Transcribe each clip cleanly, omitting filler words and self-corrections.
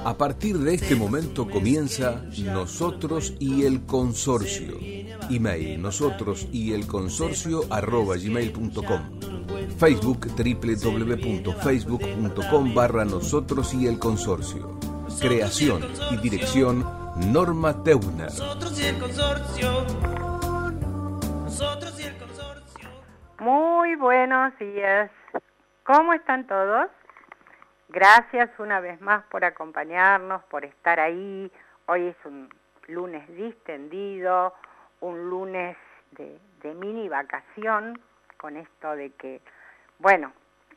A partir de este momento comienza Nosotros y el Consorcio. Email nosotrosyelconsorcio@gmail.com. Facebook www.facebook.com/Nosotros y el Consorcio. Creación y dirección Norma Teuner. Nosotros y el Consorcio. Nosotros y el Consorcio. Muy buenos días. ¿Cómo están todos? Gracias una vez más por acompañarnos, por estar ahí. Hoy es un lunes distendido, un lunes de mini vacación, con esto de que, bueno,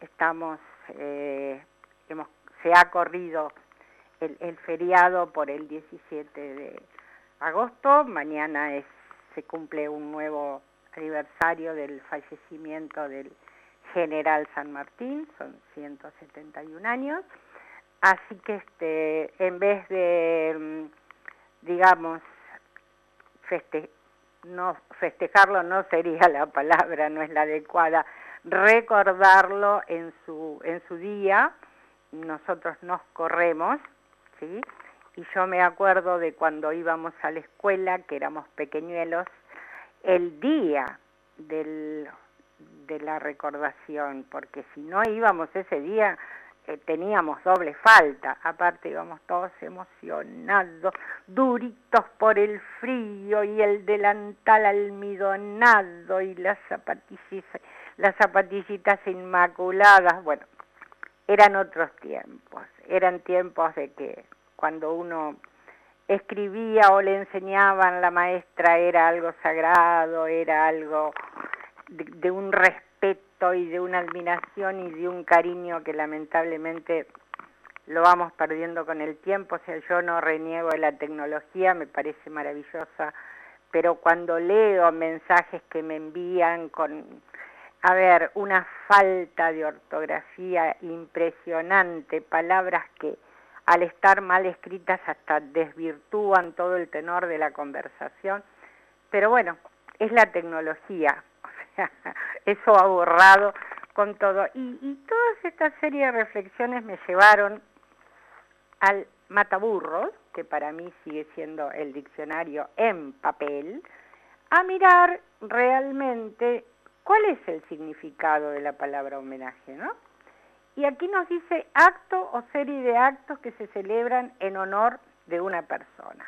se ha corrido el feriado por el 17 de agosto. Mañana se cumple un nuevo aniversario del fallecimiento del General San Martín, son 171 años, así que en vez de, digamos, festejarlo no sería la palabra, no es la adecuada, recordarlo en su día, nosotros nos corremos, ¿sí? Y yo me acuerdo de cuando íbamos a la escuela, que éramos pequeñuelos, el día de la recordación, porque si no íbamos ese día teníamos doble falta, aparte íbamos todos emocionados, duritos por el frío y el delantal almidonado y las zapatillitas inmaculadas. Bueno, eran otros tiempos, eran tiempos de que cuando uno escribía o le enseñaban la maestra era algo sagrado, era algo de un respeto y de una admiración y de un cariño que lamentablemente lo vamos perdiendo con el tiempo. O sea, yo no reniego de la tecnología, me parece maravillosa, pero cuando leo mensajes que me envían con, una falta de ortografía impresionante, palabras que al estar mal escritas hasta desvirtúan todo el tenor de la conversación, pero bueno, es la tecnología. Eso ha borrado con todo. Y toda esta serie de reflexiones me llevaron al Mataburros, que para mí sigue siendo el diccionario en papel, a mirar realmente cuál es el significado de la palabra homenaje, ¿no? Y aquí nos dice acto o serie de actos que se celebran en honor de una persona.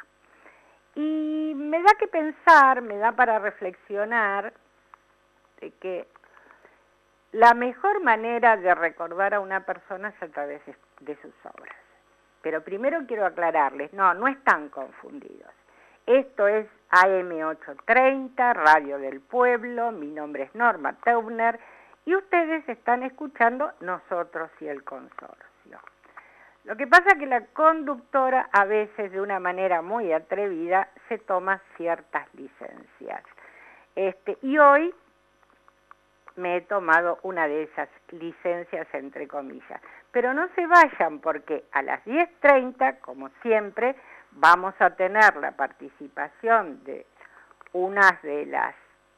Y me da que pensar, me da para reflexionar que la mejor manera de recordar a una persona es a través de sus obras. Pero primero quiero aclararles, no están confundidos. Esto es AM830, Radio del Pueblo, mi nombre es Norma Teuner y ustedes están escuchando Nosotros y el Consorcio. Lo que pasa es que la conductora a veces de una manera muy atrevida se toma ciertas licencias. Y hoy me he tomado una de esas licencias entre comillas. Pero no se vayan porque a las 10:30, como siempre, vamos a tener la participación de unas de las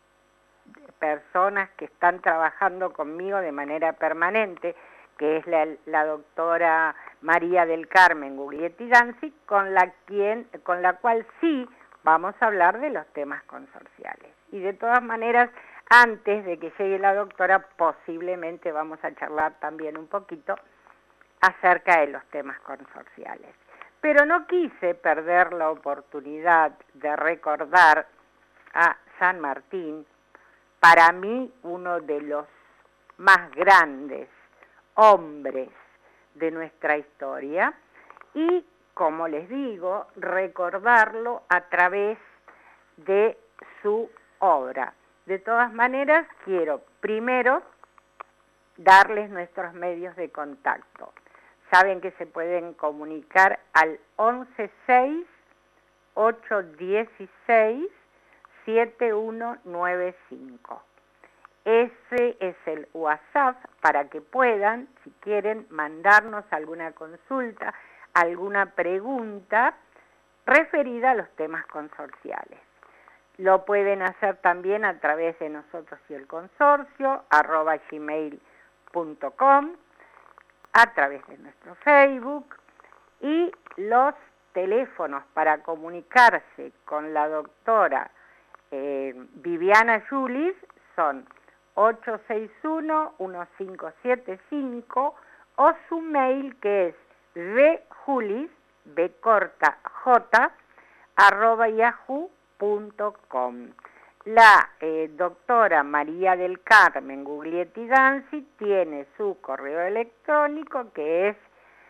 personas que están trabajando conmigo de manera permanente, que es la doctora María del Carmen Guglietti Danzi, con la cual sí vamos a hablar de los temas consorciales. Y de todas maneras, antes de que llegue la doctora, posiblemente vamos a charlar también un poquito acerca de los temas consorciales. Pero no quise perder la oportunidad de recordar a San Martín, para mí uno de los más grandes hombres de nuestra historia, y, como les digo, recordarlo a través de su obra. De todas maneras, quiero primero darles nuestros medios de contacto. Saben que se pueden comunicar al 116-816-7195. Ese es el WhatsApp para que puedan, si quieren, mandarnos alguna consulta, alguna pregunta referida a los temas consorciales. Lo pueden hacer también a través de Nosotros y el Consorcio, @gmail.com, a través de nuestro Facebook, Y los teléfonos para comunicarse con la doctora Viviana Julis son 861-1575 o su mail que es vjulis, @yahoo.com. La doctora María del Carmen Guglietti Danzi tiene su correo electrónico que es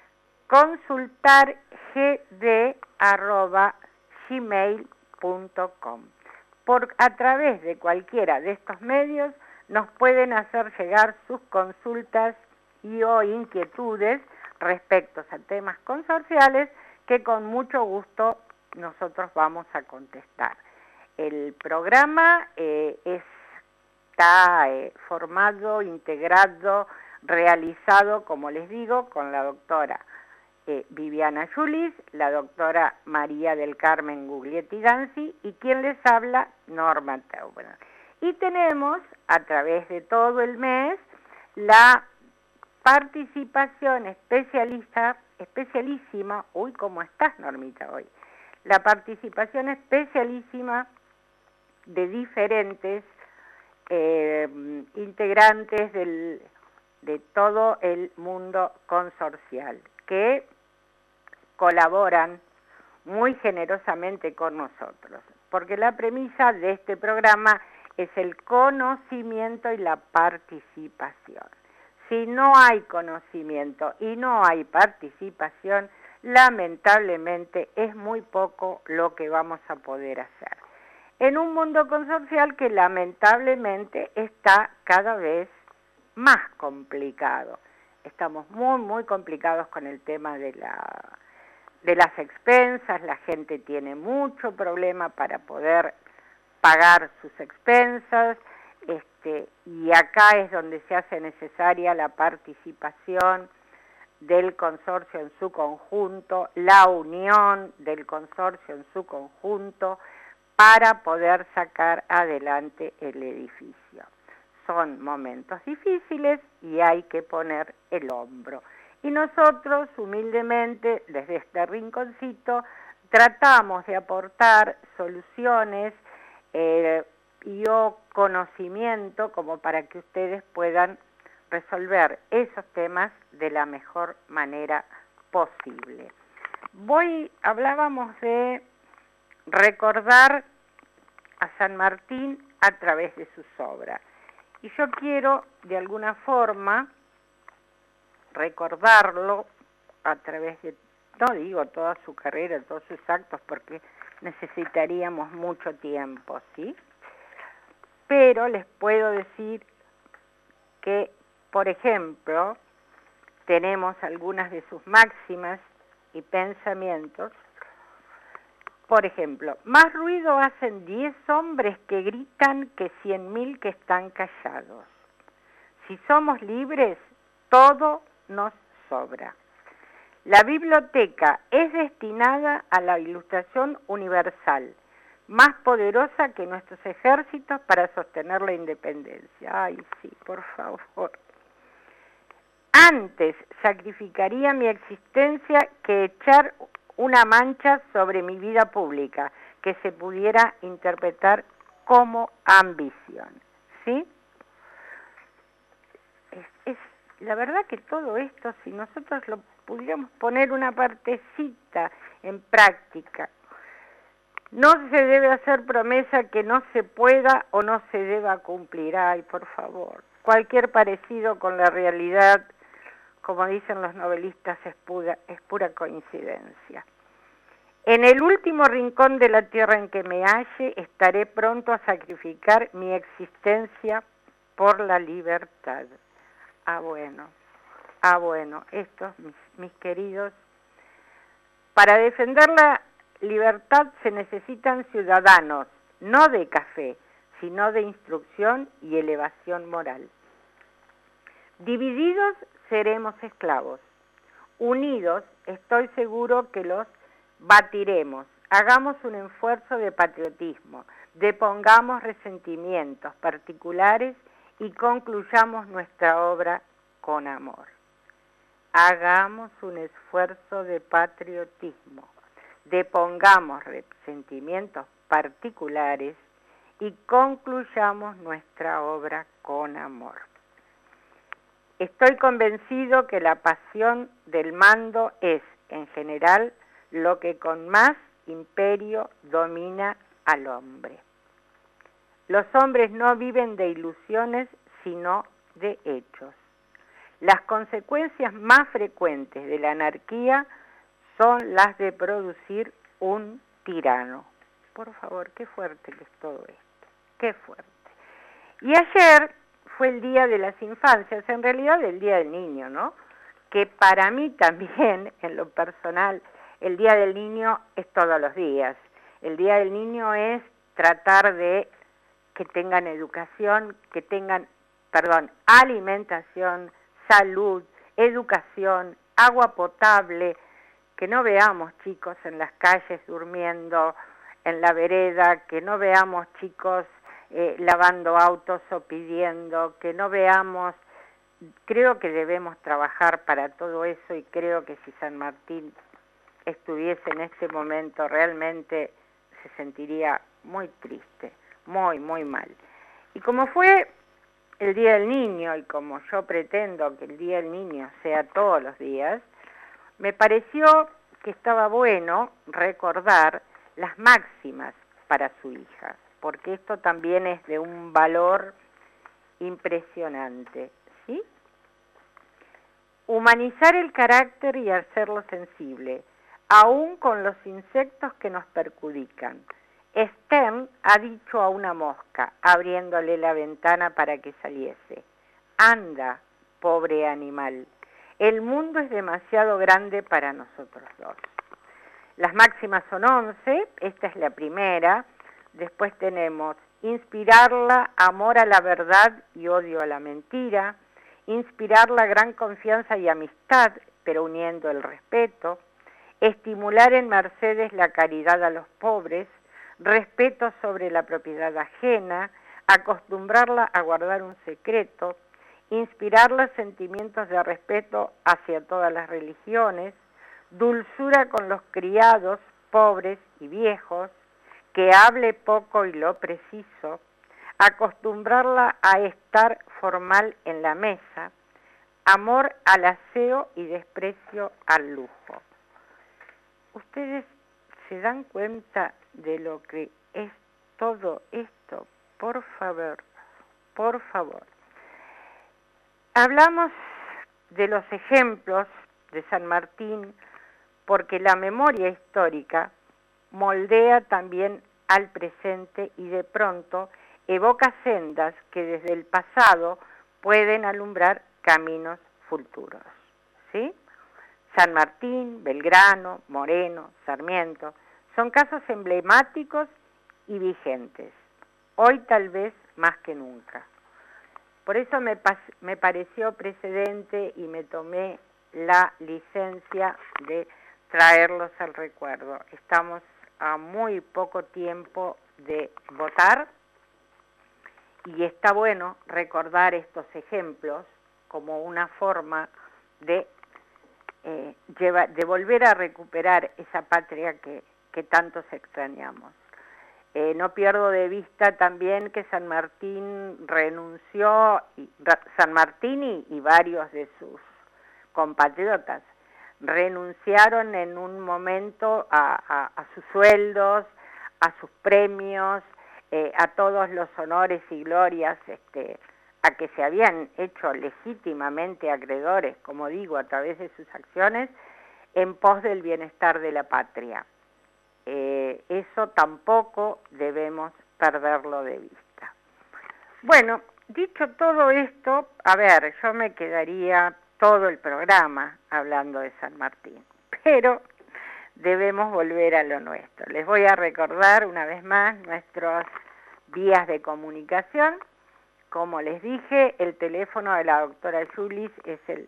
consultargd@gmail.com. A través de cualquiera de estos medios nos pueden hacer llegar sus consultas o inquietudes respecto a temas consorciales que con mucho gusto nosotros vamos a contestar. El programa está formado, integrado, realizado, como les digo, con la doctora Viviana Julis, la doctora María del Carmen Guglietti Danzi y quien les habla, Norma Teuber. Y tenemos, a través de todo el mes, la participación especialísima, uy, ¿cómo estás, Normita, hoy? La participación especialísima de diferentes integrantes de todo el mundo consorcial, que colaboran muy generosamente con nosotros, porque la premisa de este programa es el conocimiento y la participación. Si no hay conocimiento y no hay participación, lamentablemente es muy poco lo que vamos a poder hacer. En un mundo consorcial que lamentablemente está cada vez más complicado. Estamos muy, muy complicados con el tema de las expensas, la gente tiene mucho problema para poder pagar sus expensas, y acá es donde se hace necesaria la participación del consorcio en su conjunto, la unión del consorcio en su conjunto para poder sacar adelante el edificio. Son momentos difíciles y hay que poner el hombro. Y nosotros, humildemente, desde este rinconcito, tratamos de aportar soluciones y conocimiento como para que ustedes puedan resolver esos temas de la mejor manera posible. Hablábamos de recordar a San Martín a través de sus obras. Y yo quiero, de alguna forma, recordarlo a través de, no digo toda su carrera, todos sus actos, porque necesitaríamos mucho tiempo, ¿sí? Pero les puedo decir que, por ejemplo, tenemos algunas de sus máximas y pensamientos. Por ejemplo, más ruido hacen 10 hombres que gritan que 100.000 que están callados. Si somos libres, todo nos sobra. La biblioteca es destinada a la ilustración universal, más poderosa que nuestros ejércitos para sostener la independencia. Ay, sí, por favor. Antes sacrificaría mi existencia que echar una mancha sobre mi vida pública que se pudiera interpretar como ambición, ¿sí? Es la verdad que todo esto, si nosotros lo pudiéramos poner una partecita en práctica, no se debe hacer promesa que no se pueda o no se deba cumplir. Ay, por favor, cualquier parecido con la realidad, como dicen los novelistas, es pura coincidencia. En el último rincón de la tierra en que me halle, estaré pronto a sacrificar mi existencia por la libertad. Bueno, estos, mis queridos, para defender la libertad se necesitan ciudadanos, no de café, sino de instrucción y elevación moral. Divididos seremos esclavos, unidos estoy seguro que los batiremos. Hagamos un esfuerzo de patriotismo, depongamos resentimientos particulares y concluyamos nuestra obra con amor. hagamos un esfuerzo de patriotismo, depongamos sentimientos particulares y concluyamos nuestra obra con amor. Estoy convencido que la pasión del mando es, en general, lo que con más imperio domina al hombre. Los hombres no viven de ilusiones, sino de hechos. Las consecuencias más frecuentes de la anarquía son las de producir un tirano. Por favor, qué fuerte que es todo esto, qué fuerte. Y ayer fue el Día de las Infancias, en realidad el Día del Niño, ¿no? Que para mí también, en lo personal, el Día del Niño es todos los días. El Día del Niño es tratar de que tengan educación, que tengan, alimentación, salud, educación, agua potable, que no veamos chicos en las calles durmiendo en la vereda, que no veamos chicos lavando autos o pidiendo, que no veamos. Creo que debemos trabajar para todo eso y creo que si San Martín estuviese en este momento realmente se sentiría muy triste, muy, muy mal. Y como fue el Día del Niño y como yo pretendo que el Día del Niño sea todos los días, me pareció que estaba bueno recordar las máximas para su hija, porque esto también es de un valor impresionante, ¿sí? Humanizar el carácter y hacerlo sensible, aún con los insectos que nos perjudican. Stern ha dicho a una mosca, abriéndole la ventana para que saliese: anda, pobre animal, el mundo es demasiado grande para nosotros dos. Las máximas son 11, esta es la primera. Después tenemos inspirarla amor a la verdad y odio a la mentira, inspirarla gran confianza y amistad, pero uniendo el respeto, estimular en Mercedes la caridad a los pobres, respeto sobre la propiedad ajena, acostumbrarla a guardar un secreto, inspirarla sentimientos de respeto hacia todas las religiones, dulzura con los criados, pobres y viejos, que hable poco y lo preciso, acostumbrarla a estar formal en la mesa, amor al aseo y desprecio al lujo. ¿Ustedes se dan cuenta de lo que es todo esto? Por favor, por favor. Hablamos de los ejemplos de San Martín porque la memoria histórica moldea también al presente y de pronto evoca sendas que desde el pasado pueden alumbrar caminos futuros, ¿sí? San Martín, Belgrano, Moreno, Sarmiento, son casos emblemáticos y vigentes, hoy tal vez más que nunca. Por eso me pareció precedente y me tomé la licencia de traerlos al recuerdo. Estamos a muy poco tiempo de votar y está bueno recordar estos ejemplos como una forma de volver a recuperar esa patria que tantos extrañamos. No pierdo de vista también que San Martín renunció, San Martín y varios de sus compatriotas renunciaron en un momento a sus sueldos, a sus premios, a todos los honores y glorias a que se habían hecho legítimamente acreedores, como digo, a través de sus acciones, en pos del bienestar de la patria. Eso tampoco debemos perderlo de vista. Bueno, dicho todo esto, a ver, yo me quedaría todo el programa hablando de San Martín, pero debemos volver a lo nuestro. Les voy a recordar una vez más nuestras vías de comunicación. Como les dije, el teléfono de la doctora Julis es el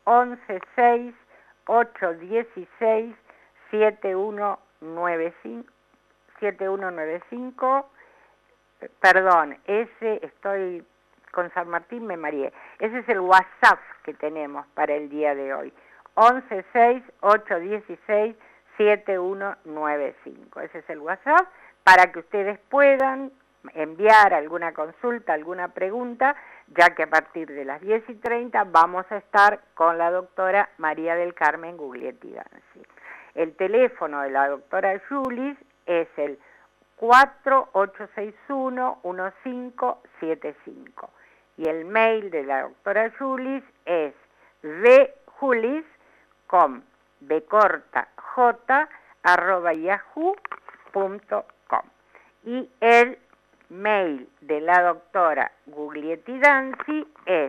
116-816-7195, perdón, estoy con San Martín, me mareé. Ese es el WhatsApp que tenemos para el día de hoy, 116-816-7195. Ese es el WhatsApp para que ustedes puedan enviar alguna consulta, alguna pregunta, ya que a partir de las 10:30 vamos a estar con la doctora María del Carmen Guglietti Danzi. El teléfono de la doctora Julis es el 4861-1575 y el mail de la doctora Julis es vjulis@yahoo.com y el mail de la doctora Guglietti Danzi es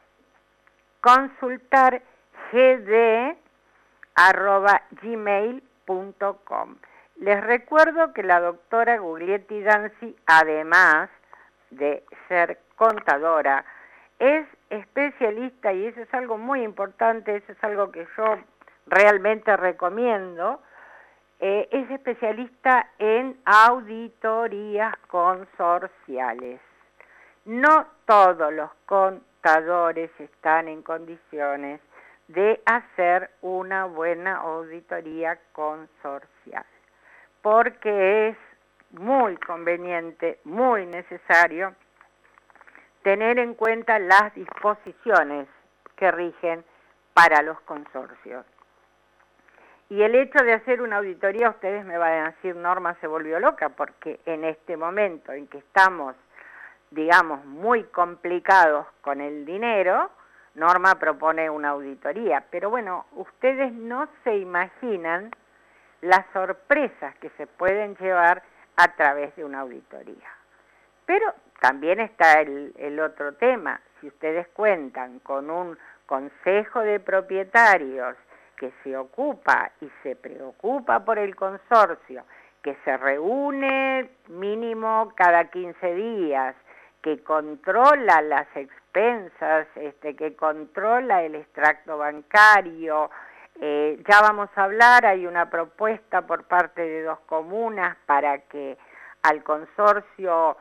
consultargd@gmail.com. Les recuerdo que la doctora Guglietti Danzi, además de ser contadora, es especialista, y eso es algo muy importante, eso es algo que yo realmente recomiendo, es especialista en auditorías consorciales. No todos los contadores están en condiciones de hacer una buena auditoría consorcial, porque es muy conveniente, muy necesario tener en cuenta las disposiciones que rigen para los consorcios. Y el hecho de hacer una auditoría, ustedes me van a decir, Norma se volvió loca, porque en este momento en que estamos, digamos, muy complicados con el dinero, Norma propone una auditoría. Pero bueno, ustedes no se imaginan las sorpresas que se pueden llevar a través de una auditoría. Pero también está el otro tema. Si ustedes cuentan con un consejo de propietarios que se ocupa y se preocupa por el consorcio, que se reúne mínimo cada 15 días, que controla las expensas, que controla el extracto bancario. Ya vamos a hablar, hay una propuesta por parte de 2 comunas para que al consorcio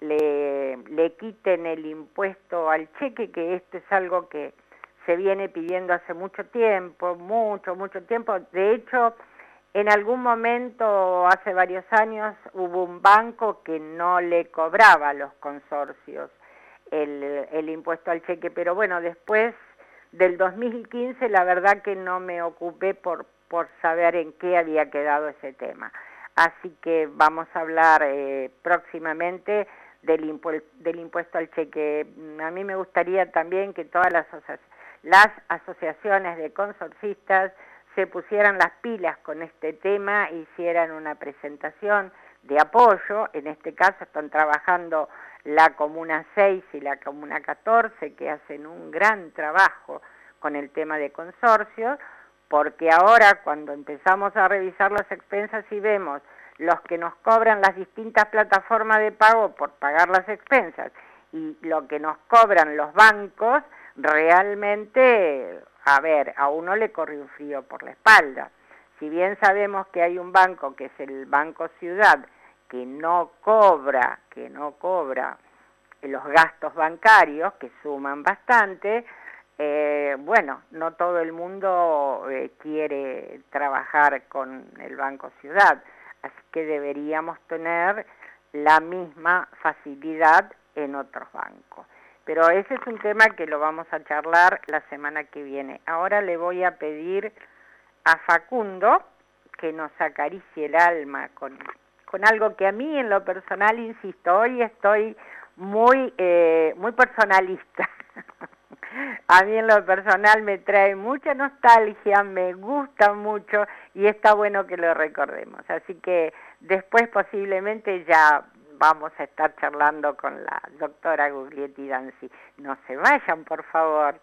le quiten el impuesto al cheque, que esto es algo que se viene pidiendo hace mucho tiempo, mucho tiempo. De hecho, en algún momento, hace varios años, hubo un banco que no le cobraba a los consorcios el impuesto al cheque, pero bueno, después del 2015 la verdad que no me ocupé por saber en qué había quedado ese tema. Así que vamos a hablar próximamente del impuesto al cheque. A mí me gustaría también que todas las asociaciones de consorcistas se pusieran las pilas con este tema, hicieran una presentación de apoyo. En este caso están trabajando la Comuna 6 y la Comuna 14, que hacen un gran trabajo con el tema de consorcios, porque ahora cuando empezamos a revisar las expensas y vemos los que nos cobran las distintas plataformas de pago por pagar las expensas y lo que nos cobran los bancos, realmente, a uno le corre un frío por la espalda. Si bien sabemos que hay un banco, que es el Banco Ciudad, que no cobra los gastos bancarios, que suman bastante, bueno, no todo el mundo quiere trabajar con el Banco Ciudad, así que deberíamos tener la misma facilidad en otros bancos. Pero ese es un tema que lo vamos a charlar la semana que viene. Ahora le voy a pedir a Facundo que nos acaricie el alma con algo que a mí en lo personal, insisto, hoy estoy muy personalista. A mí en lo personal me trae mucha nostalgia, me gusta mucho y está bueno que lo recordemos. Así que después posiblemente ya vamos a estar charlando con la doctora Guglietti Danzi. No se vayan, por favor.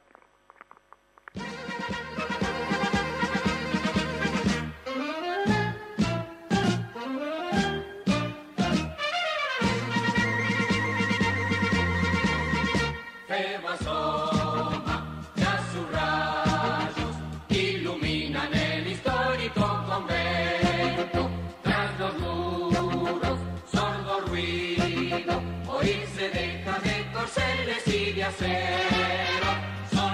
Hoy se deja de torcer, le sigue acero, son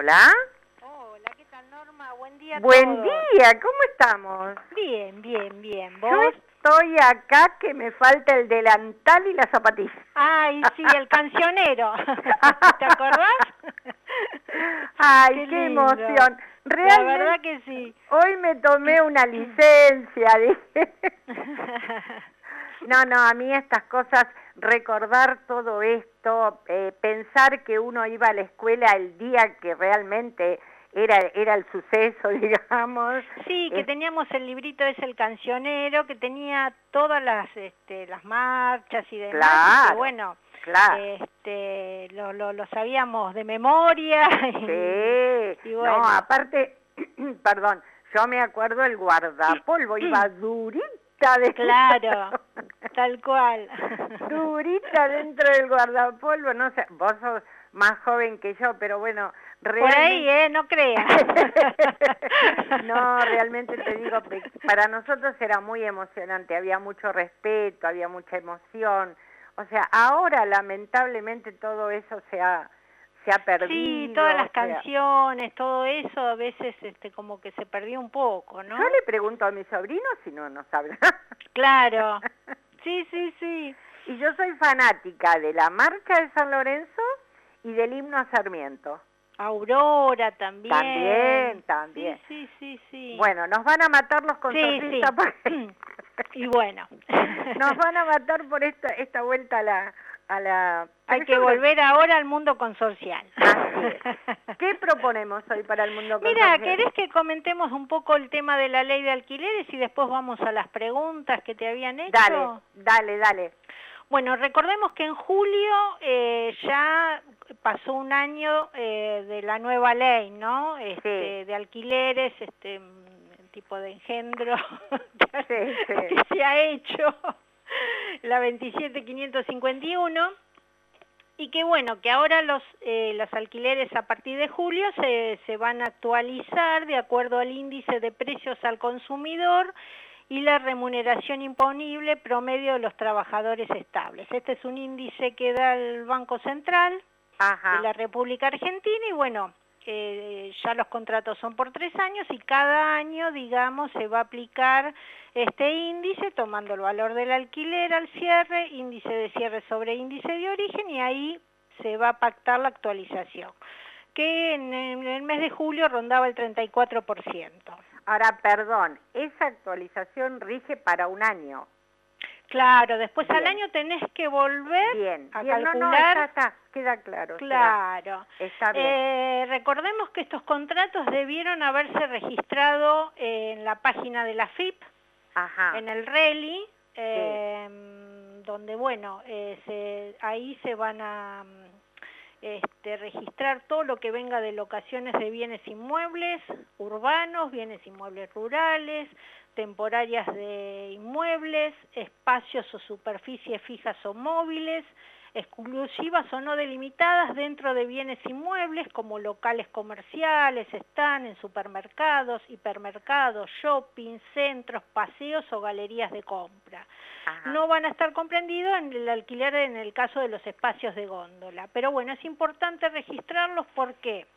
Hola. Hola, ¿qué tal, Norma? Buen día a Buen todos. día, ¿cómo estamos? Bien, bien, bien. Yo ¿Vos? estoy acá que me falta el delantal y la zapatilla. Ay, sí, el cancionero. ¿Te acordás? Ay, qué lindo. emoción. La Realmente, verdad que sí. hoy me tomé una licencia, dije. No, a mí estas cosas, recordar todo esto, pensar que uno iba a la escuela el día que realmente era el suceso, digamos. Sí, que teníamos el librito ese, el cancionero, que tenía todas las marchas y demás. Claro, y que bueno, claro. lo sabíamos de memoria. Sí, y bueno. no, aparte, perdón, yo me acuerdo el guardapolvo, iba durita Claro, tal cual. Durita dentro del guardapolvo, no sé, vos sos más joven que yo, pero bueno, realmente... Por ahí, no creas. No, realmente te digo, para nosotros era muy emocionante, había mucho respeto, había mucha emoción, o sea, ahora lamentablemente todo eso se ha perdido. Sí, todas las canciones, todo eso a veces como que se perdió un poco, ¿no? Yo le pregunto a mi sobrino si no sabe. Claro, sí. Y yo soy fanática de la marcha de San Lorenzo y del himno a Sarmiento. Aurora también. También. Sí. Bueno, nos van a matar los consorcistas. Sí. Y bueno. Nos van a matar por esta vuelta a la... Hay que volver ahora al mundo consorcial. Así es. ¿Qué proponemos hoy para el mundo Mira, consorcial? ¿querés que comentemos un poco el tema de la ley de alquileres y después vamos a las preguntas que te habían hecho? Dale. Bueno, recordemos que en julio ya pasó un año de la nueva ley, ¿no? Sí. De alquileres, tipo de engendro Sí. que se ha hecho, la 27551, y que bueno, que ahora los alquileres a partir de julio se van a actualizar de acuerdo al índice de precios al consumidor y la remuneración imponible promedio de los trabajadores estables. Este es un índice que da el Banco Central de la República Argentina y bueno, ya los contratos son por 3 años y cada año, digamos, se va a aplicar este índice tomando el valor del alquiler al cierre, índice de cierre sobre índice de origen y ahí se va a pactar la actualización, que en el mes de julio rondaba el 34%. Ahora, perdón, esa actualización rige para un año. Claro, después Bien. al año tenés que volver a calcular. No, está, queda claro. Claro. Está bien. Recordemos que estos contratos debieron haberse registrado en la página de la AFIP, en el RELI, donde, bueno, ahí se van a registrar todo lo que venga de locaciones de bienes inmuebles urbanos, bienes inmuebles rurales, temporarias de inmuebles, espacios o superficies fijas o móviles, exclusivas o no delimitadas dentro de bienes inmuebles como locales comerciales, están en supermercados, hipermercados, shopping, centros, paseos o galerías de compra. No van a estar comprendidos en el alquiler en el caso de los espacios de góndola. Pero bueno, es importante registrarlos porque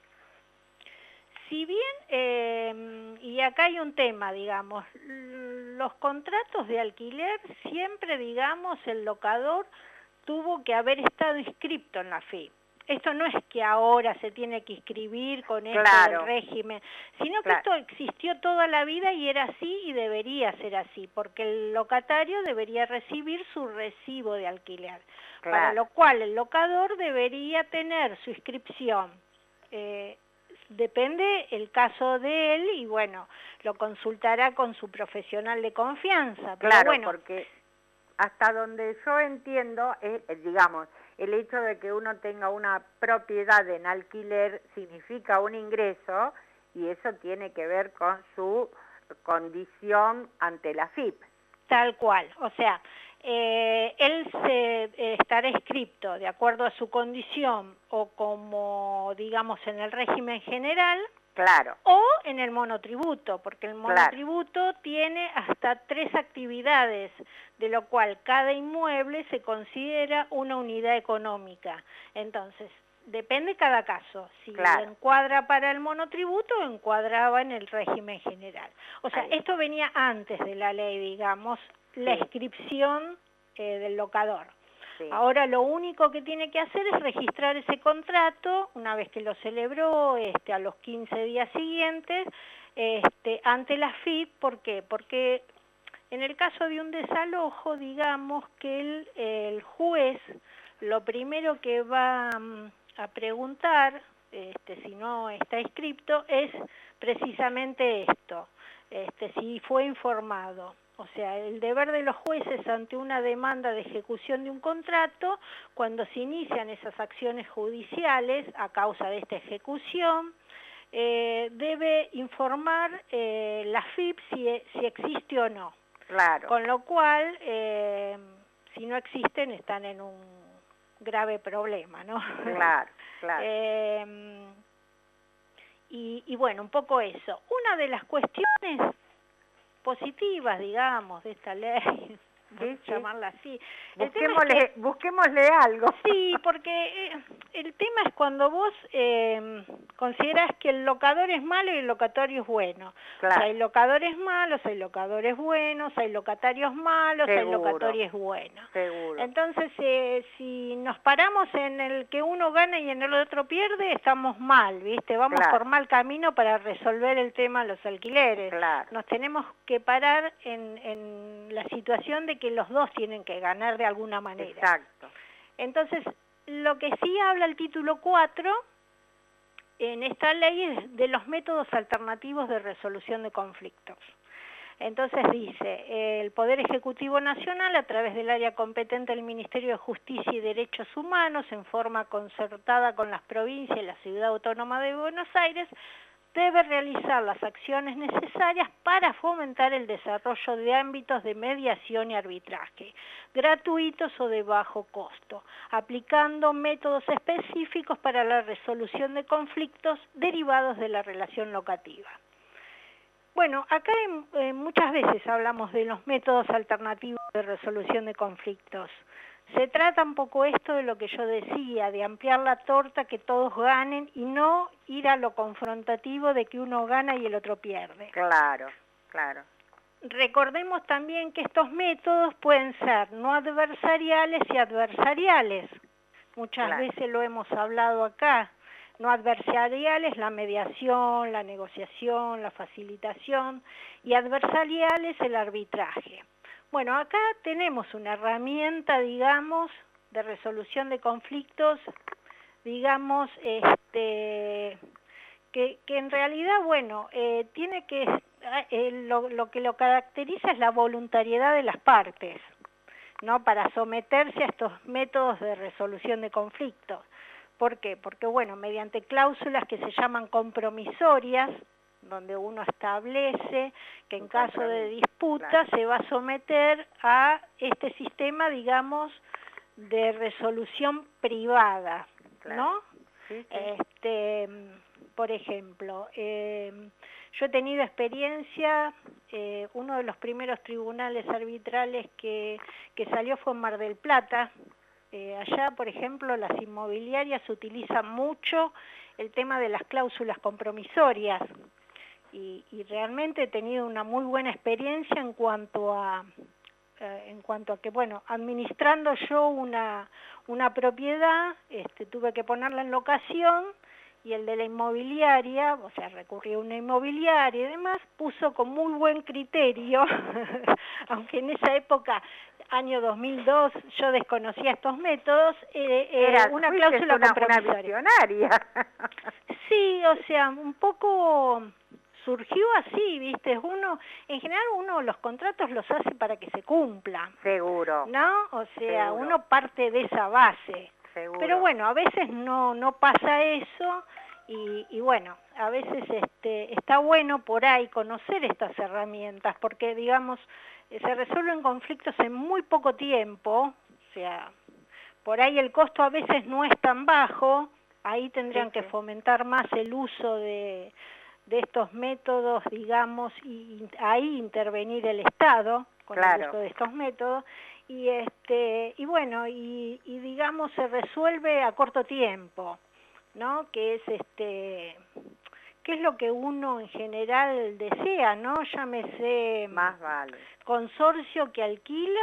si bien, y acá hay un tema, digamos, los contratos de alquiler siempre, digamos, el locador tuvo que haber estado inscripto en la FIP. Esto no es que ahora se tiene que inscribir con esto del régimen, sino que esto existió toda la vida y era así y debería ser así, porque el locatario debería recibir su recibo de alquiler, para lo cual el locador debería tener su inscripción. Depende el caso de él y bueno, lo consultará con su profesional de confianza. Pero bueno, porque hasta donde yo entiendo, digamos, el hecho de que uno tenga una propiedad en alquiler significa un ingreso y eso tiene que ver con su condición ante la FIP. Tal cual, o sea, él estará inscripto de acuerdo a su condición o como, digamos, en el régimen general. Claro. O en el monotributo, porque el monotributo tiene hasta 3 actividades, de lo cual cada inmueble se considera una unidad económica. Entonces, depende cada caso, si Claro. encuadra para el monotributo o encuadraba en el régimen general. O sea, Ahí. esto venía antes de la ley, digamos, la Sí. inscripción del locador. Sí. Ahora lo único que tiene que hacer es registrar ese contrato, una vez que lo celebró, a los 15 días siguientes, ante la FIP. ¿Por qué? Porque en el caso de un desalojo, digamos que el juez lo primero que va a preguntar, si no está inscripto, es precisamente esto, si fue informado. O sea, el deber de los jueces ante una demanda de ejecución de un contrato, cuando se inician esas acciones judiciales a causa de esta ejecución, debe informar la FIP si existe o no. Claro. Con lo cual, si no existen, están en un grave problema, ¿no? Claro, claro. Y bueno, un poco eso. Una de las cuestiones positivas, digamos, de esta ley, por llamarla así. Busquémosle algo. Sí, porque el tema es cuando vos considerás que el locador es malo y el locatario es bueno. Claro. O sea, hay locadores malos, hay locadores buenos, hay locatarios malos, Seguro. hay locatarios buenos. Seguro. Entonces, si nos paramos en el que uno gana y en el otro pierde, estamos mal, ¿viste? Vamos Claro. por mal camino para resolver el tema de los alquileres. Claro. Nos tenemos que parar en la situación de que los dos tienen que ganar de alguna manera. Exacto. Entonces, lo que sí habla el título 4 en esta ley es de los métodos alternativos de resolución de conflictos. Entonces dice, el Poder Ejecutivo Nacional, a través del área competente del Ministerio de Justicia y Derechos Humanos, en forma concertada con las provincias y la Ciudad Autónoma de Buenos Aires, debe realizar las acciones necesarias para fomentar el desarrollo de ámbitos de mediación y arbitraje, gratuitos o de bajo costo, aplicando métodos específicos para la resolución de conflictos derivados de la relación locativa. Bueno, acá muchas veces hablamos de los métodos alternativos de resolución de conflictos. Se trata un poco esto de lo que yo decía, de ampliar la torta, que todos ganen y no ir a lo confrontativo de que uno gana y el otro pierde. Claro, claro. Recordemos también que estos métodos pueden ser no adversariales y adversariales. Muchas veces lo hemos hablado acá. No adversariales, la mediación, la negociación, la facilitación, y adversariales, el arbitraje. Bueno, acá tenemos una herramienta, digamos, de resolución de conflictos, digamos, que en realidad, bueno, tiene que, lo que lo caracteriza es la voluntariedad de las partes, ¿no? Para someterse a estos métodos de resolución de conflictos. ¿Por qué? Porque, bueno, mediante cláusulas que se llaman compromisorias, donde uno establece que en caso de disputa se va a someter a este sistema, digamos, de resolución privada, ¿no? Sí, sí. Por ejemplo, yo he tenido experiencia, uno de los primeros tribunales arbitrales que salió fue en Mar del Plata. Allá, por ejemplo, las inmobiliarias utilizan mucho el tema de las cláusulas compromisorias y realmente he tenido una muy buena experiencia en cuanto a que, bueno, administrando yo una propiedad, tuve que ponerla en locación y el de la inmobiliaria, o sea, recurrió a una inmobiliaria y demás, puso con muy buen criterio, aunque en esa época, año 2002, yo desconocía estos métodos, una cláusula compromisoria. Una visionaria. Sí, o sea, un poco surgió así, ¿viste? En general los contratos los hace para que se cumplan. Seguro. ¿No? O sea, Seguro. uno parte de esa base. Seguro. Pero bueno, a veces no pasa eso y bueno, a veces está bueno por ahí conocer estas herramientas porque, digamos, se resuelven conflictos en muy poco tiempo, o sea, por ahí el costo a veces no es tan bajo, ahí tendrían que fomentar más el uso de estos métodos, digamos, y ahí intervenir el Estado con el uso de estos métodos, y bueno, y digamos se resuelve a corto tiempo. ¿no? Que es qué es lo que uno en general desea, ¿no? Llámese Más vale. consorcio que alquila,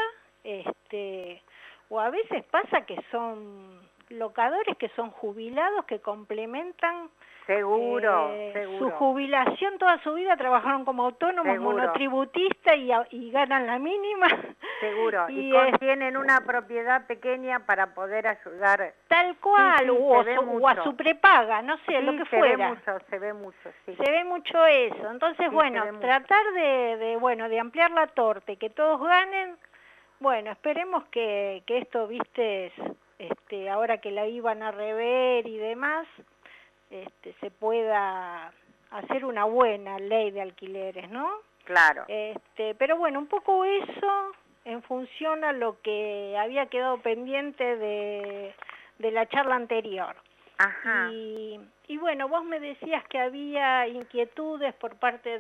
o a veces pasa que son locadores que son jubilados que complementan Seguro, su seguro. jubilación, toda su vida trabajaron como autónomos, Seguro. monotributistas y ganan la mínima. Seguro, y es- contienen una propiedad pequeña para poder ayudar. Tal cual, Sí, o se ve o a mucho. su prepaga, no sé, lo Sí, que se fuera. ve mucho, sí. Se ve mucho eso. Entonces, Sí, bueno, se ve mucho. tratar de ampliar la torta y que todos ganen. Bueno, esperemos que esto, viste, ahora que la iban a rever y demás, se pueda hacer una buena ley de alquileres, ¿no? Claro. Pero bueno, un poco eso en función a lo que había quedado pendiente de la charla anterior. Ajá. Y bueno, vos me decías que había inquietudes por parte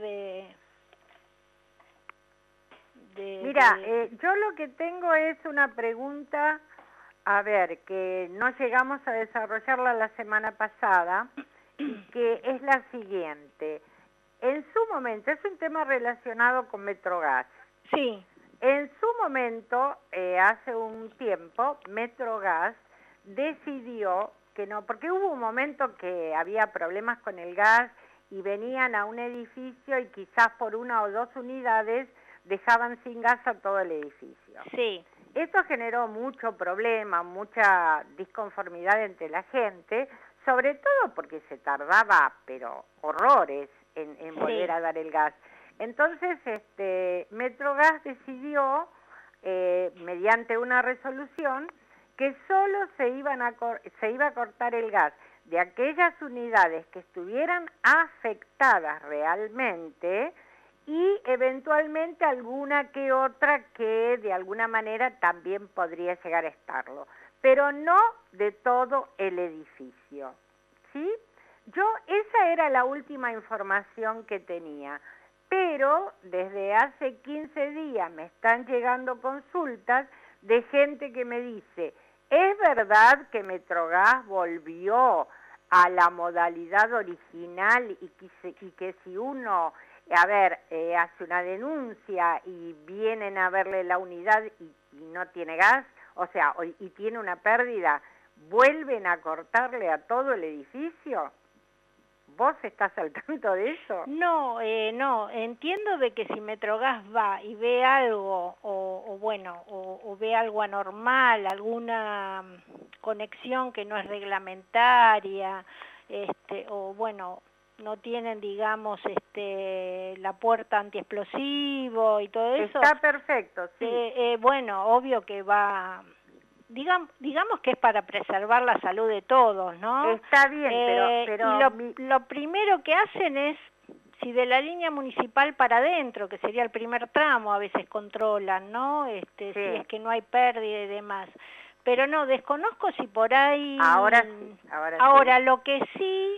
Mira, yo lo que tengo es una pregunta, a ver, que no llegamos a desarrollarla la semana pasada, y que es la siguiente. En su momento, es un tema relacionado con Metrogas. Sí. En su momento, hace un tiempo, Metrogas decidió que no, porque hubo un momento que había problemas con el gas y venían a un edificio y quizás por una o dos unidades dejaban sin gas a todo el edificio. Sí. Esto generó mucho problema, mucha disconformidad entre la gente, sobre todo porque se tardaba, pero horrores, en volver a dar el gas. Entonces, Metrogas decidió, mediante una resolución, que solo se iba a cortar el gas de aquellas unidades que estuvieran afectadas realmente y eventualmente alguna que otra que de alguna manera también podría llegar a estarlo, pero no de todo el edificio, ¿sí? Esa era la última información que tenía, pero desde hace 15 días me están llegando consultas de gente que me dice, ¿es verdad que Metrogas volvió a la modalidad original y que si uno, hace una denuncia y vienen a verle la unidad y no tiene gas, o sea, y tiene una pérdida, vuelven a cortarle a todo el edificio? ¿Vos estás al tanto de eso? No, no, entiendo de que si Metrogas va y ve algo, o ve algo anormal, alguna conexión que no es reglamentaria, o bueno, no tienen, digamos, la puerta antiexplosivo y todo eso. Está perfecto, sí. Bueno, obvio que va... Digamos que es para preservar la salud de todos, ¿no? Está bien, pero y lo primero que hacen es, si de la línea municipal para adentro, que sería el primer tramo, a veces controlan, ¿no? Sí. Si es que no hay pérdida y demás. Pero no, desconozco si por ahí... Ahora sí. Ahora, lo que sí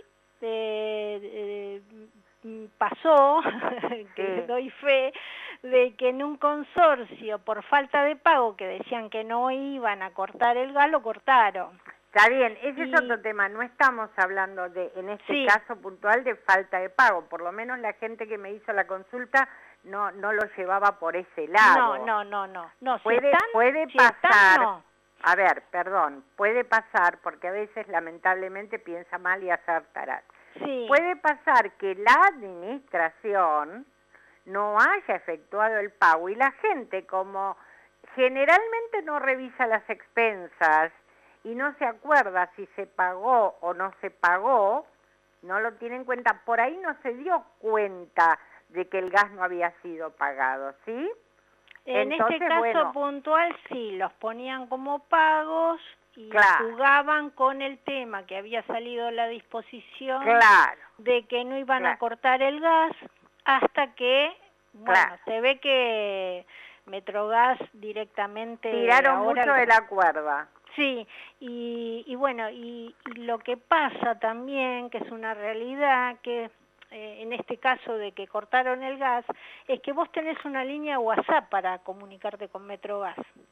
pasó, que doy fe, de que en un consorcio, por falta de pago, que decían que no iban a cortar el gas, lo cortaron. Está bien, ese es otro tema, no estamos hablando en este caso puntual de falta de pago, por lo menos la gente que me hizo la consulta no lo llevaba por ese lado. No, puede pasar, a ver, perdón, puede pasar, porque a veces lamentablemente piensa mal y acertará. Sí. Puede pasar que la administración no haya efectuado el pago y la gente, como generalmente no revisa las expensas y no se acuerda si se pagó o no se pagó, no lo tiene en cuenta, por ahí no se dio cuenta de que el gas no había sido pagado, ¿sí? En este caso puntual sí, los ponían como pagos y jugaban con el tema que había salido la disposición de que no iban a cortar el gas hasta que, se ve que Metrogas directamente... Tiraron mucho de la cuerda. Sí, y bueno, y lo que pasa también, que es una realidad, que en este caso de que cortaron el gas, es que vos tenés una línea WhatsApp para comunicarte con Metrogas.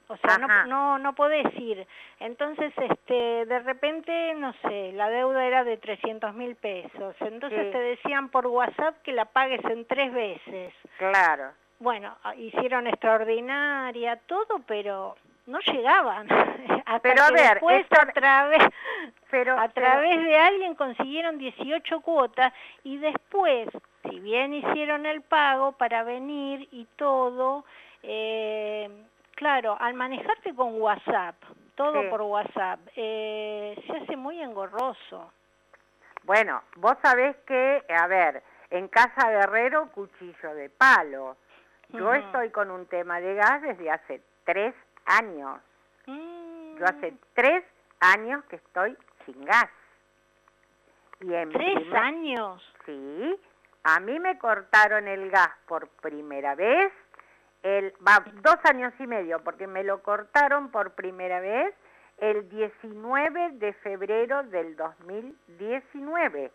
O sea, Ajá. no podés ir. Entonces, de repente, no sé, la deuda era de 300.000 pesos. Entonces Sí. te decían por WhatsApp que la pagues en 3 veces. Claro. Bueno, hicieron extraordinaria, todo, pero no llegaban. Hasta Pero a que ver, después esto- a pero- través de alguien consiguieron 18 cuotas y después, si bien hicieron el pago para venir y todo, claro, al manejarte con WhatsApp, todo Sí. por WhatsApp, se hace muy engorroso. Bueno, vos sabés que, a ver, en Casa de Herrero, cuchillo de palo. Yo Ujú. estoy con un tema de gas desde hace 3 años. Mm. Yo hace 3 años que estoy sin gas. Y en 3 años. Sí, a mí me cortaron el gas por primera vez, 2 años y medio, porque me lo cortaron por primera vez el 19 de febrero del 2019.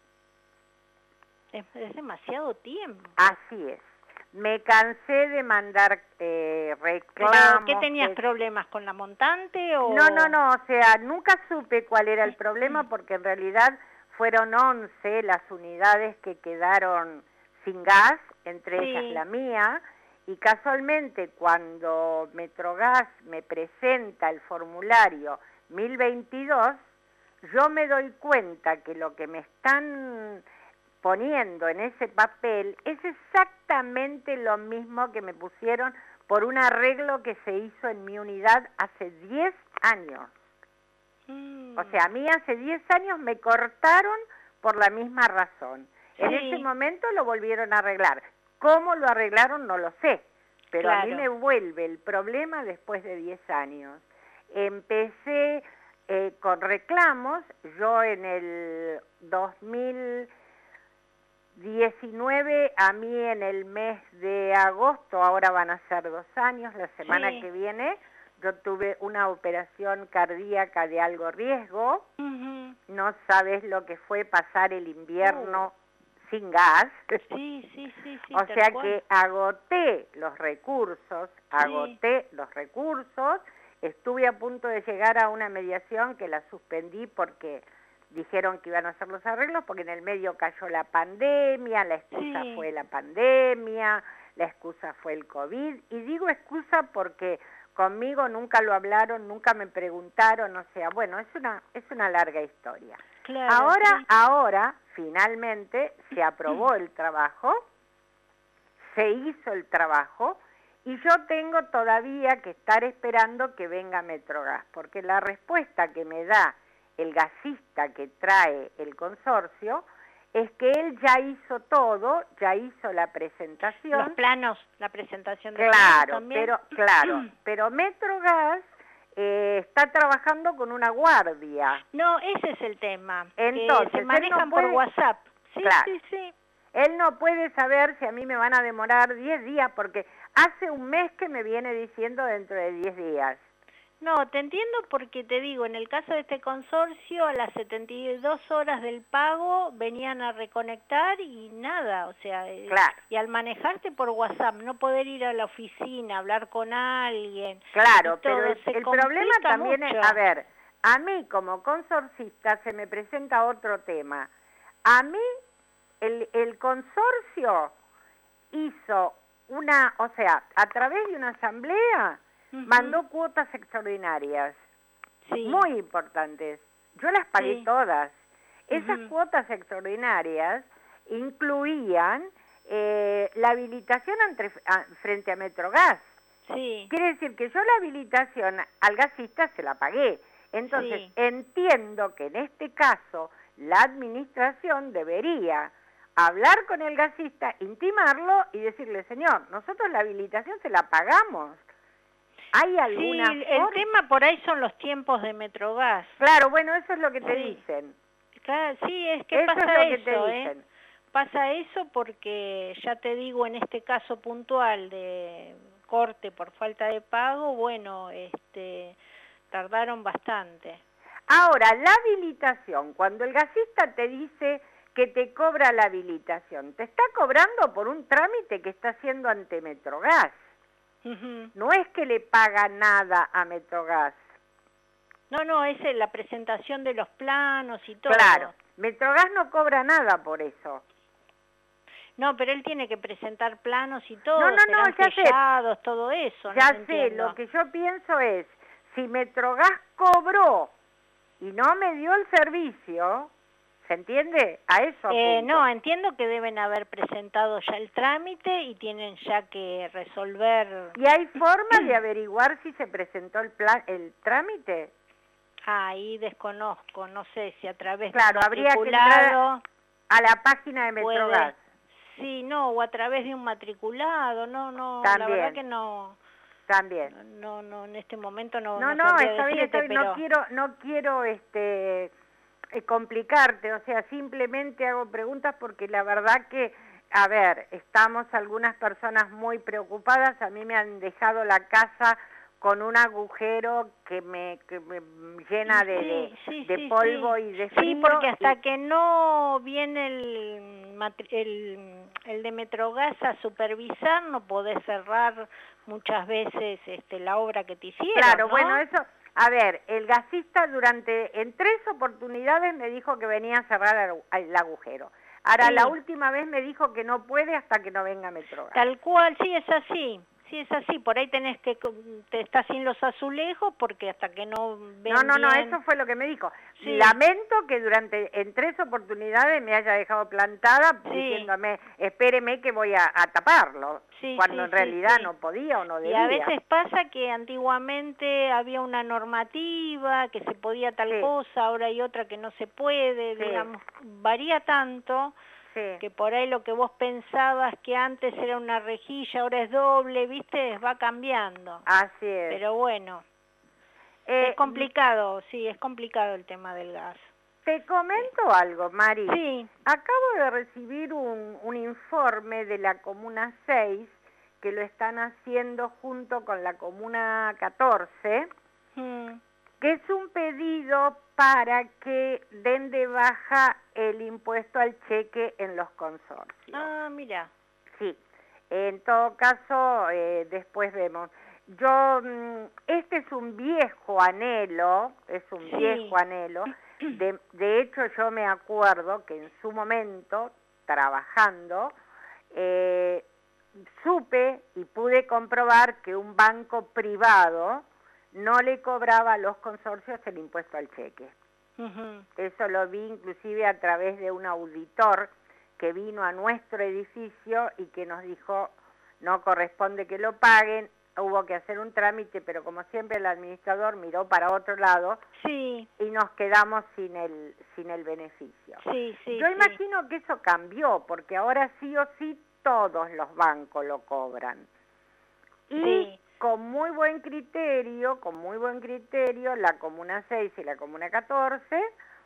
Es demasiado tiempo. Así es. Me cansé de mandar ¿Pero reclamos. qué tenías problemas con la montante o...? No, o sea, nunca supe cuál era el problema porque en realidad fueron 11 las unidades que quedaron sin gas, entre Sí. ellas la mía, y casualmente cuando Metrogas me presenta el formulario 1022, yo me doy cuenta que lo que me están poniendo en ese papel es exactamente lo mismo que me pusieron por un arreglo que se hizo en mi unidad hace 10 años. O sea, a mí hace 10 años me cortaron por la misma razón. En Sí. ese momento lo volvieron a arreglar. ¿Cómo lo arreglaron? No lo sé. Pero a mí Claro. me vuelve el problema después de 10 años. Empecé con reclamos. Yo en el 2019, a mí en el mes de agosto, ahora van a ser 2 años, la semana Sí. que viene, yo tuve una operación cardíaca de algo riesgo. Ujú. No sabes lo que fue pasar el invierno sin gas. Sí, O tal sea cual. que agoté los recursos, estuve a punto de llegar a una mediación que la suspendí porque dijeron que iban a hacer los arreglos, porque en el medio cayó la pandemia, la excusa Sí. fue la pandemia, la excusa fue el COVID, y digo excusa porque conmigo nunca lo hablaron, nunca me preguntaron, o sea, bueno, es una larga historia. Claro, sí. Ahora, finalmente, se aprobó el trabajo, se hizo el trabajo, y yo tengo todavía que estar esperando que venga Metrogas, porque la respuesta que me da el gasista que trae el consorcio es que él ya hizo todo, ya hizo la presentación. Los planos, la presentación de planos también. pero Metrogas está trabajando con una guardia. No, ese es el tema. Entonces, que se él manejan no puede- por WhatsApp. Sí, Claro. sí. Él no puede saber si a mí me van a demorar 10 días, porque hace un mes que me viene diciendo dentro de 10 días. No, te entiendo porque te digo, en el caso de este consorcio, a las 72 horas del pago venían a reconectar y nada, o sea, Claro. y al manejarte por WhatsApp, no poder ir a la oficina, hablar con alguien. Claro, y todo, pero se el problema complica también mucho. es, a ver, a mí como consorcista se me presenta otro tema. A mí el consorcio hizo a través de una asamblea, Ujú. mandó cuotas extraordinarias, Sí. muy importantes. Yo las pagué Sí. todas. Esas Ujú. cuotas extraordinarias incluían la habilitación frente a Metrogas. Sí. Quiere decir que yo la habilitación al gasista se la pagué. Entonces, Sí. entiendo que en este caso la administración debería hablar con el gasista, intimarlo y decirle, señor, nosotros la habilitación se la pagamos. ¿Hay alguna Sí, el forma? tema por ahí son los tiempos de Metrogas. Claro, bueno, eso es lo que te Sí. dicen. Claro, sí, es que Eso pasa es lo que eso, te dicen. Pasa eso porque, ya te digo, en este caso puntual de corte por falta de pago, bueno, tardaron bastante. Ahora, la habilitación, cuando el gasista te dice que te cobra la habilitación, te está cobrando por un trámite que está haciendo ante Metrogas. Ujú. No es que le paga nada a Metrogas. No, es la presentación de los planos y todo. Claro, Metrogas no cobra nada por eso. No, pero él tiene que presentar planos y todo, No, serán ya sé. sellados, todo eso. Ya no sé, entiendo. lo que yo pienso es, si Metrogas cobró y no me dio el servicio, ¿se entiende? A eso apunto. No, entiendo que deben haber presentado ya el trámite y tienen ya que resolver. ¿Y hay forma de averiguar si se presentó el trámite? Ahí desconozco, no sé si a través Claro, de un habría que matriculado. A la página de Metrogas. Sí, no, o a través de un matriculado, no, También. la verdad que no. También. No, en este momento no. No, sabría está bien, decirte, pero... no quiero complicarte, o sea, simplemente hago preguntas porque la verdad que, a ver, estamos algunas personas muy preocupadas, a mí me han dejado la casa con un agujero que me llena de polvo y de frío. Sí, porque hasta que no viene el de Metrogas a supervisar, no podés cerrar muchas veces la obra que te hicieron, Claro, ¿no? bueno, eso, a ver, el gasista en 3 oportunidades me dijo que venía a cerrar el agujero. Ahora, Sí. la última vez me dijo que no puede hasta que no venga Metrogas. Tal cual, sí, es así. Sí, es así, por ahí te estás sin los azulejos porque hasta que no ven No, bien... eso fue lo que me dijo. Sí. Lamento que en 3 oportunidades me haya dejado plantada diciéndome, espéreme que voy a taparlo, cuando en realidad no podía o no debía. Y a veces pasa que antiguamente había una normativa, que se podía tal cosa, ahora hay otra que no se puede, digamos, varía tanto... que por ahí lo que vos pensabas que antes era una rejilla, ahora es doble, ¿viste? Va cambiando. Así es. Pero bueno, es complicado, es complicado el tema del gas. Te comento algo, Mari. Sí. Acabo de recibir un informe de la Comuna 6, que lo están haciendo junto con la Comuna 14, que es un pedido para que den de baja el impuesto al cheque en los consorcios. Ah, mira. Sí, en todo caso, después vemos. Yo, este es un viejo anhelo, viejo anhelo. De hecho, yo me acuerdo que en su momento, trabajando, supe y pude comprobar que un banco privado no le cobraba a los consorcios el impuesto al cheque. Eso lo vi inclusive a través de un auditor que vino a nuestro edificio y que nos dijo, no corresponde que lo paguen, hubo que hacer un trámite, pero como siempre el administrador miró para otro lado y nos quedamos sin el beneficio. Yo imagino que eso cambió, porque ahora sí o sí todos los bancos lo cobran. Y con muy buen criterio, la Comuna 6 y la Comuna 14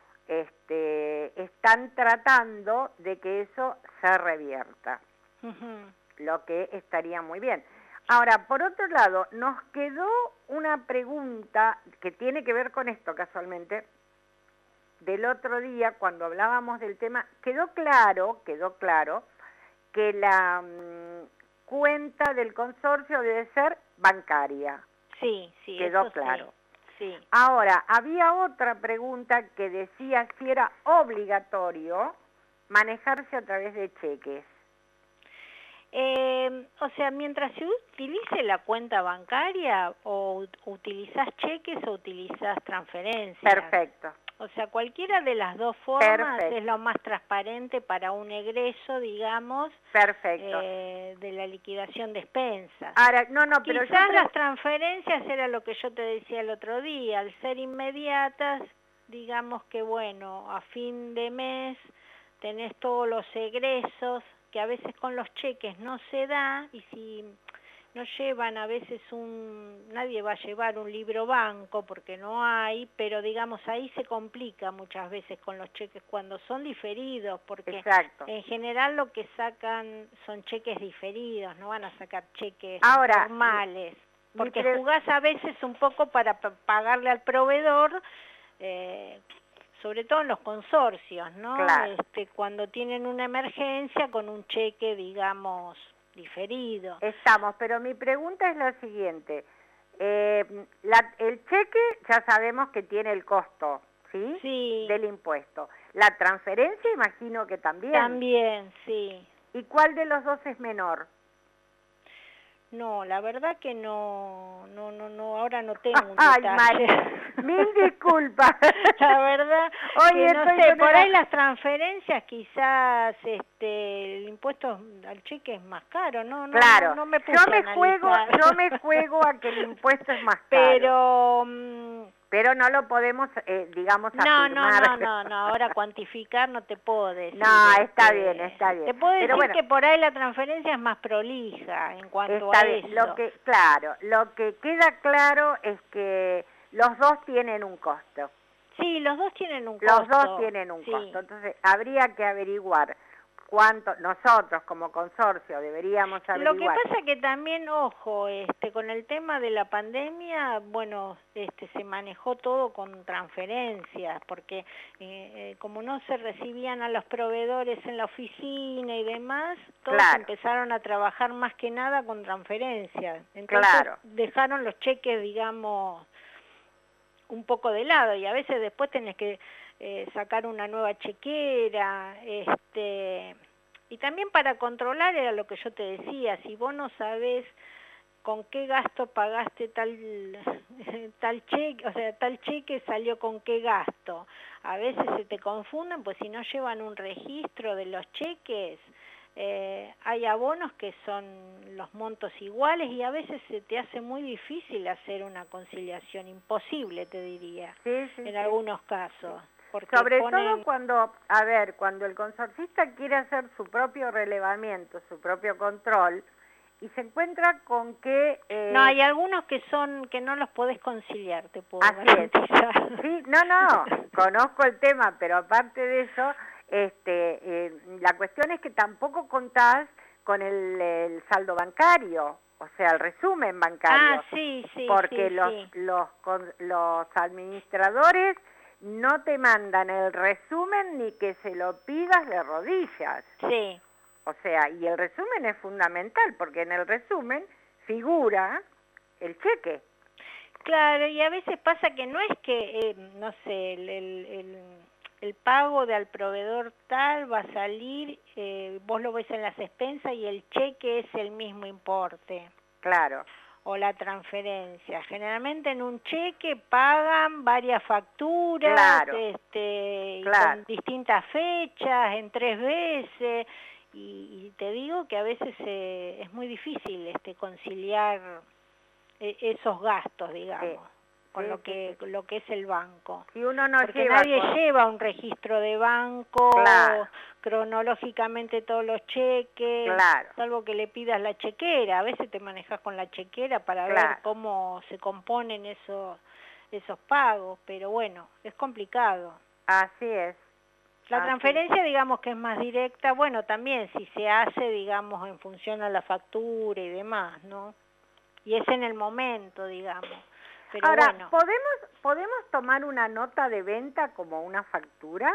están tratando de que eso se revierta, lo que estaría muy bien. Ahora, por otro lado, nos quedó una pregunta que tiene que ver con esto casualmente, del otro día cuando hablábamos del tema, quedó claro que la cuenta del consorcio debe ser bancaria. Quedó claro. Sí. Ahora, había otra pregunta que decía si era obligatorio manejarse a través de cheques. O sea, mientras se utilice la cuenta bancaria, o utilizás cheques o utilizás transferencias. Perfecto. O sea, cualquiera de las dos formas es lo más transparente para un egreso, digamos, de la liquidación de expensas. Ahora, pero quizás las transferencias era lo que yo te decía el otro día, al ser inmediatas, digamos que bueno, a fin de mes tenés todos los egresos, que a veces con los cheques no se da, y si no llevan a veces nadie va a llevar un libro banco porque no hay, pero digamos ahí se complica muchas veces con los cheques cuando son diferidos, porque en general lo que sacan son cheques diferidos, no van a sacar cheques normales, porque jugás a veces un poco para pagarle al proveedor, sobre todo en los consorcios, ¿no? Claro. Cuando tienen una emergencia con un cheque, digamos, diferido. Estamos, pero mi pregunta es la siguiente. El cheque ya sabemos que tiene el costo, ¿sí? Sí. Del impuesto. La transferencia imagino que también. También, sí. ¿Y cuál de los dos es menor? No, la verdad que no, ahora no tengo un Ay, detalle. Mil disculpas. La verdad Oye, que no sé, por ahí las transferencias quizás el impuesto al cheque es más caro, no, claro. no me puse a analizar. Yo me juego a que el impuesto es más caro. Pero no lo podemos, digamos, afirmar. No, ahora cuantificar no te puedo decir. No, está bien. Te puedo decir que por ahí la transferencia es más prolija en cuanto a eso. Lo que queda claro es que los dos tienen un costo. Sí, los dos tienen un costo. Los dos tienen un costo, entonces habría que averiguar cuánto nosotros como consorcio deberíamos averiguar. Lo que pasa que también, ojo, con el tema de la pandemia, bueno, se manejó todo con transferencias, porque como no se recibían a los proveedores en la oficina y demás, todos empezaron a trabajar más que nada con transferencias. Entonces dejaron los cheques, digamos, un poco de lado, y a veces después tenés que sacar una nueva chequera, y también para controlar era lo que yo te decía, si vos no sabés con qué gasto pagaste tal cheque, o sea, tal cheque salió con qué gasto, a veces se te confunden, pues si no llevan un registro de los cheques, hay abonos que son los montos iguales y a veces se te hace muy difícil hacer una conciliación, imposible te diría, en algunos casos. Sobre todo cuando el consorcista quiere hacer su propio relevamiento, su propio control, y se encuentra con que... No, hay algunos que no los podés conciliar, te puedo garantizar. Sí, no, conozco el tema, pero aparte de eso, la cuestión es que tampoco contás con el saldo bancario, o sea, el resumen bancario. Sí. Porque los administradores no te mandan el resumen ni que se lo pidas de rodillas. Sí. O sea, y el resumen es fundamental, porque en el resumen figura el cheque. Claro, y a veces pasa que no es que, no sé, el pago al proveedor tal va a salir, vos lo ves en las expensas y el cheque es el mismo importe. Claro. O la transferencia. Generalmente en un cheque pagan varias facturas, con distintas fechas, en 3 veces, y te digo que a veces es muy difícil conciliar esos gastos, digamos, con lo que es el banco. Si uno no porque nadie lleva un registro de banco, cronológicamente todos los cheques, salvo que le pidas la chequera. A veces te manejas con la chequera para ver cómo se componen esos pagos, pero bueno, es complicado. Así es. La transferencia, digamos que es más directa, bueno, también si se hace, digamos, en función a la factura y demás, ¿no? Y es en el momento, digamos. Pero ahora, bueno. ¿podemos tomar una nota de venta como una factura?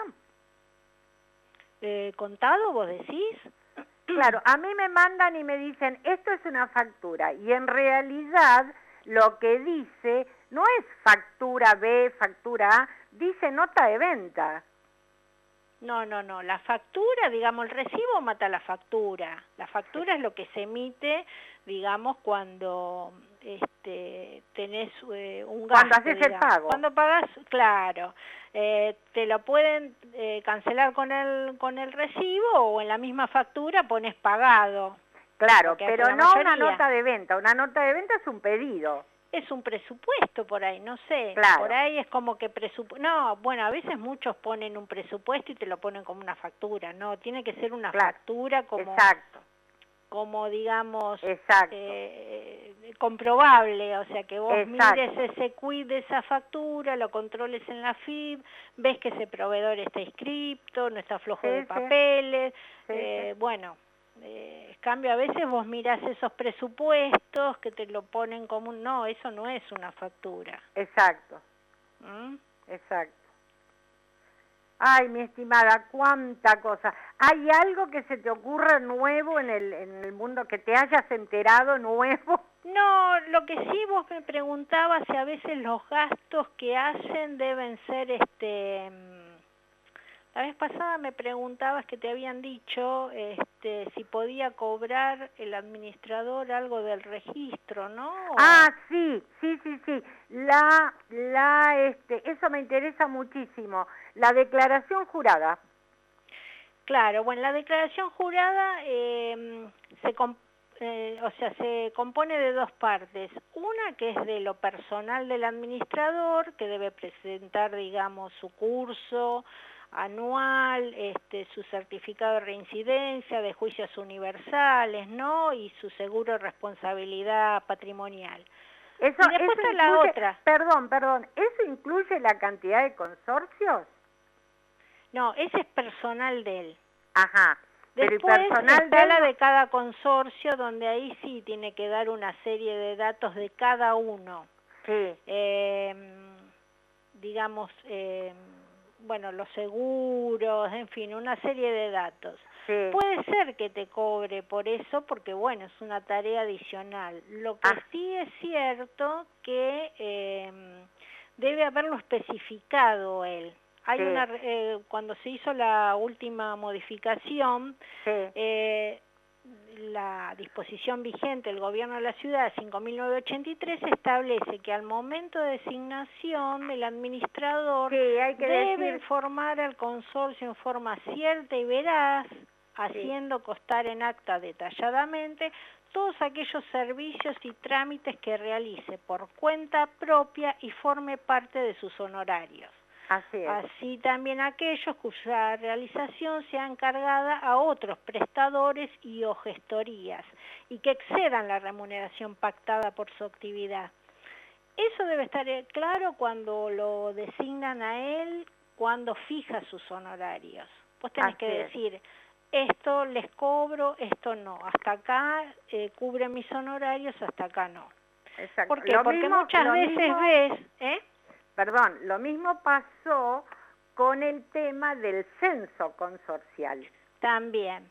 ¿Contado, vos decís? Claro, a mí me mandan y me dicen, esto es una factura, y en realidad lo que dice no es factura B, factura A, dice nota de venta. No, la factura, digamos, el recibo mata la factura. La factura es lo que se emite, digamos, cuando tenés un gasto. Cuando haces el pago. Cuando pagás, claro. Te lo pueden cancelar con el recibo o en la misma factura pones pagado. Claro, pero no una nota de venta. Una nota de venta es un pedido. Es un presupuesto por ahí, no sé, por ahí es como que no, bueno, a veces muchos ponen un presupuesto y te lo ponen como una factura, no, tiene que ser una factura como digamos, comprobable, o sea, que vos mires ese quid de esa factura, lo controles en la FIB, ves que ese proveedor está inscripto, no está flojo de papeles, bueno... cambio, a veces vos mirás esos presupuestos que te lo ponen como no, eso no es una factura. Exacto. ¿Mm? Exacto. Ay, mi estimada, cuánta cosa. ¿Hay algo que se te ocurra nuevo en el mundo, que te hayas enterado nuevo? No, lo que sí vos me preguntabas si a veces los gastos que hacen deben ser, la vez pasada me preguntabas que te habían dicho, si podía cobrar el administrador algo del registro, ¿no? Ah, sí. Eso me interesa muchísimo. La declaración jurada. Claro, bueno, la declaración jurada se compone de dos partes. Una que es de lo personal del administrador, que debe presentar, digamos, su curso anual, su certificado de reincidencia, de juicios universales, ¿no? Y su seguro de responsabilidad patrimonial. Y después está la otra. Perdón, ¿eso incluye la cantidad de consorcios? No, ese es personal de él. Ajá. Después está la de cada consorcio, donde ahí sí tiene que dar una serie de datos de cada uno. Sí. Digamos, los seguros, en fin, una serie de datos. Sí. Puede ser que te cobre por eso, porque bueno, es una tarea adicional. Lo que sí es cierto que debe haberlo especificado él. Hay cuando se hizo la última modificación, la disposición vigente del gobierno de la ciudad 5.983 establece que al momento de designación del administrador debe informar al consorcio en forma cierta y veraz, haciendo constar en acta detalladamente todos aquellos servicios y trámites que realice por cuenta propia y forme parte de sus honorarios. Así también aquellos cuya realización sea encargada a otros prestadores y o gestorías y que excedan la remuneración pactada por su actividad. Eso debe estar claro cuando lo designan a él, cuando fija sus honorarios. Vos tenés que decir, esto les cobro, esto no. Hasta acá cubre mis honorarios, hasta acá no. Exacto. ¿Por qué? Porque muchas veces ves... Perdón, lo mismo pasó con el tema del censo consorcial. También.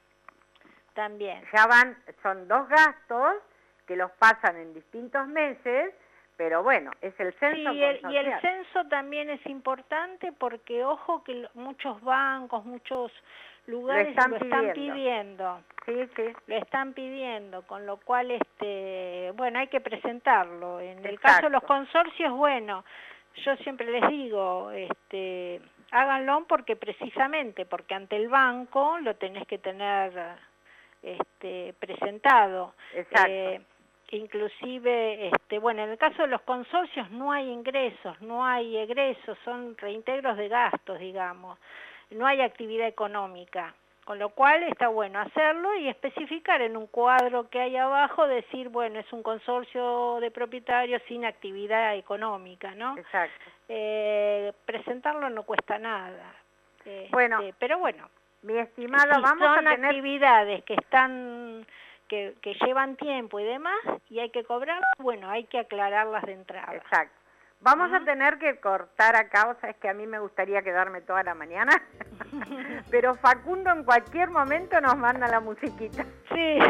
Son dos gastos que los pasan en distintos meses, pero bueno, es el censo consorcial. Y el censo también es importante porque, ojo, que muchos bancos, muchos lugares lo están pidiendo. Sí. Lo están pidiendo, con lo cual, hay que presentarlo. En el caso de los consorcios, yo siempre les digo, háganlo porque ante el banco lo tenés que tener presentado. Exacto. Inclusive, en el caso de los consorcios no hay ingresos, no hay egresos, son reintegros de gastos, digamos, no hay actividad económica. Con lo cual está bueno hacerlo y especificar en un cuadro que hay abajo, decir, es un consorcio de propietarios sin actividad económica, ¿no? Exacto. Presentarlo no cuesta nada. Pero mi estimada, vamos a tener actividades que están, que llevan tiempo y demás, y hay que cobrar, hay que aclararlas de entrada. Exacto. Vamos a tener que cortar acá, es que a mí me gustaría quedarme toda la mañana, pero Facundo en cualquier momento nos manda la musiquita. Sí.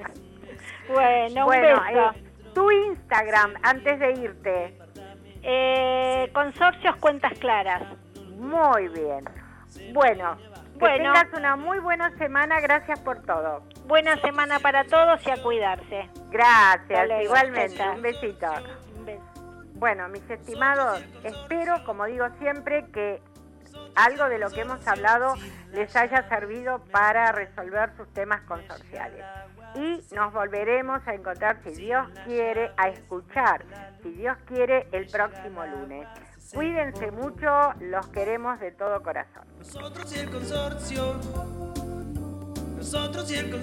Un beso. Tu Instagram, antes de irte. Consorcios Cuentas Claras. Muy bien. Que tengas una muy buena semana, gracias por todo. Buena semana para todos y a cuidarse. Gracias, igualmente. Un besito. Un beso. Bueno, mis estimados, espero, como digo siempre, que algo de lo que hemos hablado les haya servido para resolver sus temas consorciales. Y nos volveremos a encontrar, si Dios quiere, a escuchar, si Dios quiere, el próximo lunes. Cuídense mucho, los queremos de todo corazón. Nosotros y el consorcio.